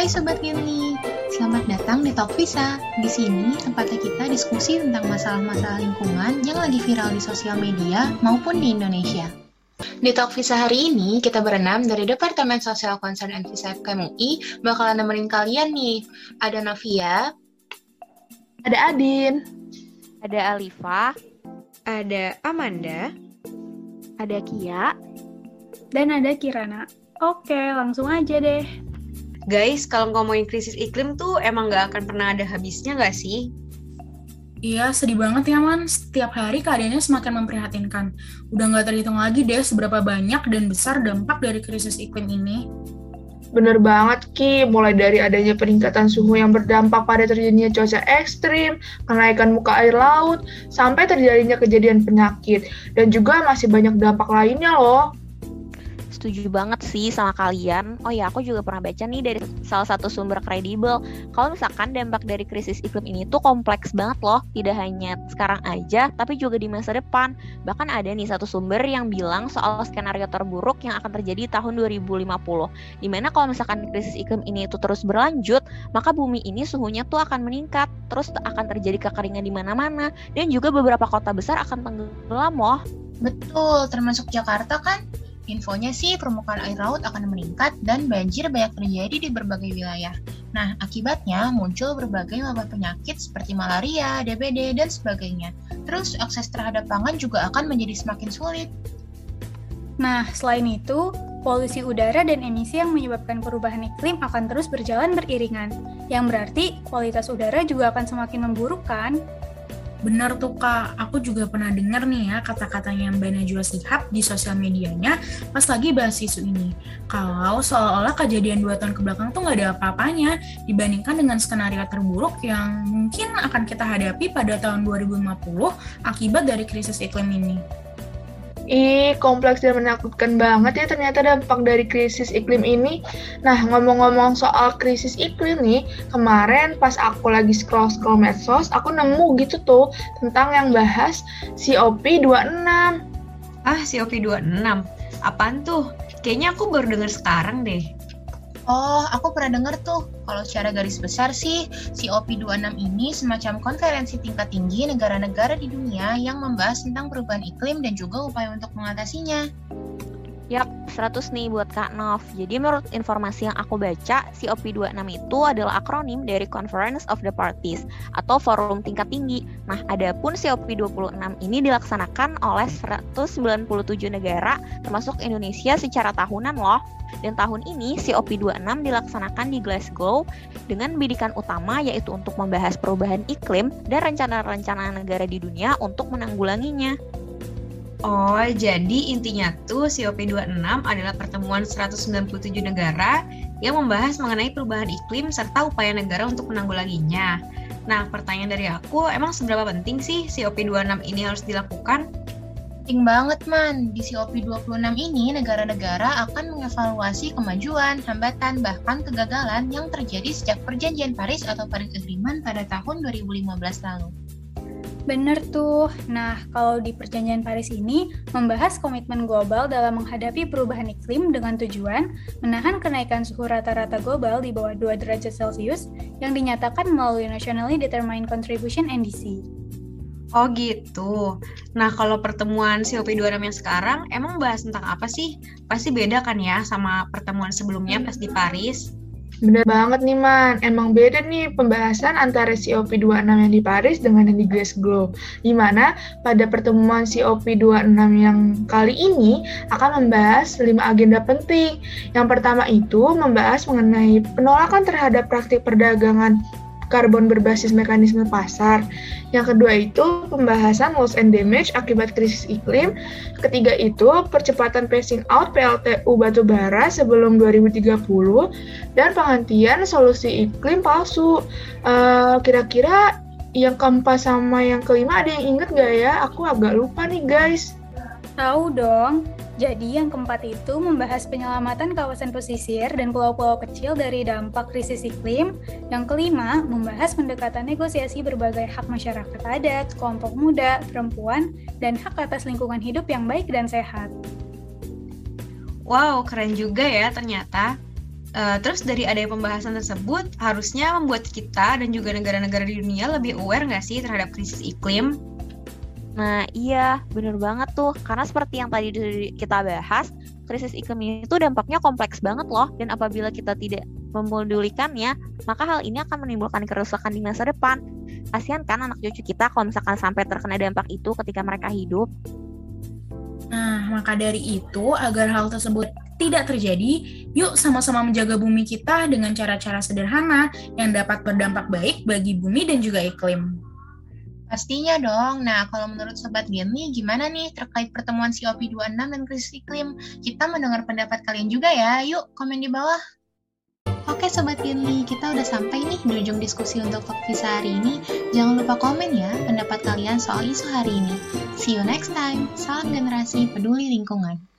Hai Sobat Geni, selamat datang di Talk Visa. Di sini tempatnya kita diskusi tentang masalah-masalah lingkungan yang lagi viral di sosial media maupun di Indonesia. Di Talk Visa hari ini, kita berenam dari Departemen Social Concern and Visa FKM UI bakalan nemenin kalian nih. Ada Novia, ada Adin, ada Alifa, ada Amanda, ada Kia, dan ada Kirana. Oke, langsung aja deh. Guys, kalau ngomongin krisis iklim tuh emang gak akan pernah ada habisnya gak sih? Iya, sedih banget ya, Man. Setiap hari keadaannya semakin memprihatinkan. Udah gak terhitung lagi deh seberapa banyak dan besar dampak dari krisis iklim ini. Bener banget, Ki. Mulai dari adanya peningkatan suhu yang berdampak pada terjadinya cuaca ekstrim, kenaikan muka air laut, sampai terjadinya kejadian penyakit. Dan juga masih banyak dampak lainnya loh. Setuju banget sih sama kalian. Oh ya, aku juga pernah baca nih dari salah satu sumber kredibel. Kalau misalkan dampak dari krisis iklim ini tuh kompleks banget loh. Tidak hanya sekarang aja, tapi juga di masa depan. Bahkan ada nih satu sumber yang bilang soal skenario terburuk yang akan terjadi tahun 2050. Dimana kalau misalkan krisis iklim ini itu terus berlanjut, maka bumi ini suhunya tuh akan meningkat. Terus akan terjadi kekeringan di mana-mana. Dan juga beberapa kota besar akan tenggelam loh. Betul, termasuk Jakarta kan? Infonya sih permukaan air laut akan meningkat dan banjir banyak terjadi di berbagai wilayah. Nah, akibatnya muncul berbagai wabah penyakit seperti malaria, DBD, dan sebagainya. Terus akses terhadap pangan juga akan menjadi semakin sulit. Nah, selain itu, polusi udara dan emisi yang menyebabkan perubahan iklim akan terus berjalan beriringan. Yang berarti kualitas udara juga akan semakin memburuk kan? Bener tuh Kak, aku juga pernah dengar nih ya kata-katanya Mbak Najwa Shihab di sosial medianya pas lagi bahas isu ini. Kalau seolah-olah kejadian 2 tahun kebelakang tuh nggak ada apa-apanya dibandingkan dengan skenario terburuk yang mungkin akan kita hadapi pada tahun 2050 akibat dari krisis iklim ini. Kompleks dan menakutkan banget ya ternyata dampak dari krisis iklim ini. Nah, ngomong-ngomong soal krisis iklim nih, kemarin pas aku lagi scroll-scroll medsos, aku nemu gitu tuh tentang yang bahas COP26. COP26? Apaan tuh? Kayaknya aku baru dengar sekarang deh. Oh, aku pernah dengar tuh. Kalau secara garis besar sih, COP26 ini semacam konferensi tingkat tinggi negara-negara di dunia yang membahas tentang perubahan iklim dan juga upaya untuk mengatasinya. Yap, 100 nih buat Kak Nov. Jadi menurut informasi yang aku baca, COP26 itu adalah akronim dari Conference of the Parties atau forum tingkat tinggi. Nah, adapun COP26 ini dilaksanakan oleh 197 negara termasuk Indonesia secara tahunan loh. Dan tahun ini COP26 dilaksanakan di Glasgow dengan bidikan utama yaitu untuk membahas perubahan iklim dan rencana-rencana negara di dunia untuk menanggulanginya. Oh, jadi intinya tuh COP26 adalah pertemuan 197 negara yang membahas mengenai perubahan iklim serta upaya negara untuk menanggulanginya. Nah, pertanyaan dari aku, emang seberapa penting sih COP26 ini harus dilakukan? Penting banget, Man. Di COP26 ini, negara-negara akan mengevaluasi kemajuan, hambatan, bahkan kegagalan yang terjadi sejak Perjanjian Paris atau Paris Agreement pada tahun 2015 lalu. Bener tuh. Nah, kalau di Perjanjian Paris ini membahas komitmen global dalam menghadapi perubahan iklim dengan tujuan menahan kenaikan suhu rata-rata global di bawah 2 derajat Celcius yang dinyatakan melalui Nationally Determined Contribution NDC. Oh gitu. Nah, kalau pertemuan COP26 yang sekarang emang bahas tentang apa sih? Pasti beda kan ya sama pertemuan sebelumnya pas di Paris? Bener banget nih, Man. Emang beda nih pembahasan antara COP26 yang di Paris dengan yang di Glasgow. Di mana pada pertemuan COP26 yang kali ini akan membahas 5 agenda penting. Yang pertama itu membahas mengenai penolakan terhadap praktik perdagangan karbon berbasis mekanisme pasar. Yang kedua itu pembahasan loss and damage akibat krisis iklim. Ketiga itu percepatan phasing out PLTU batubara sebelum 2030 dan penghentian solusi iklim palsu. Kira-kira yang keempat sama yang kelima ada yang inget gak ya? Aku agak lupa nih guys. Tahu dong. Jadi yang keempat itu membahas penyelamatan kawasan pesisir dan pulau-pulau kecil dari dampak krisis iklim. Yang kelima, membahas pendekatan negosiasi berbagai hak masyarakat adat, kelompok muda, perempuan, dan hak atas lingkungan hidup yang baik dan sehat. Wow, keren juga ya ternyata. Terus dari adanya pembahasan tersebut, harusnya membuat kita dan juga negara-negara di dunia lebih aware nggak sih terhadap krisis iklim? Nah iya, bener banget tuh. Karena seperti yang tadi kita bahas, krisis iklim itu dampaknya kompleks banget loh. Dan apabila kita tidak memedulikannya, maka hal ini akan menimbulkan kerusakan di masa depan. Kasihan kan anak cucu kita kalau misalkan sampai terkena dampak itu ketika mereka hidup. Nah, maka dari itu, agar hal tersebut tidak terjadi, yuk sama-sama menjaga bumi kita dengan cara-cara sederhana yang dapat berdampak baik bagi bumi dan juga iklim. Pastinya dong. Nah, kalau menurut Sobat Genly, gimana nih terkait pertemuan COP26 dan krisis iklim? Kita mendengar pendapat kalian juga ya. Yuk, komen di bawah. Oke Sobat Genly, kita udah sampai nih di ujung diskusi untuk Talk Visa hari ini. Jangan lupa komen ya pendapat kalian soal isu hari ini. See you next time. Salam generasi peduli lingkungan.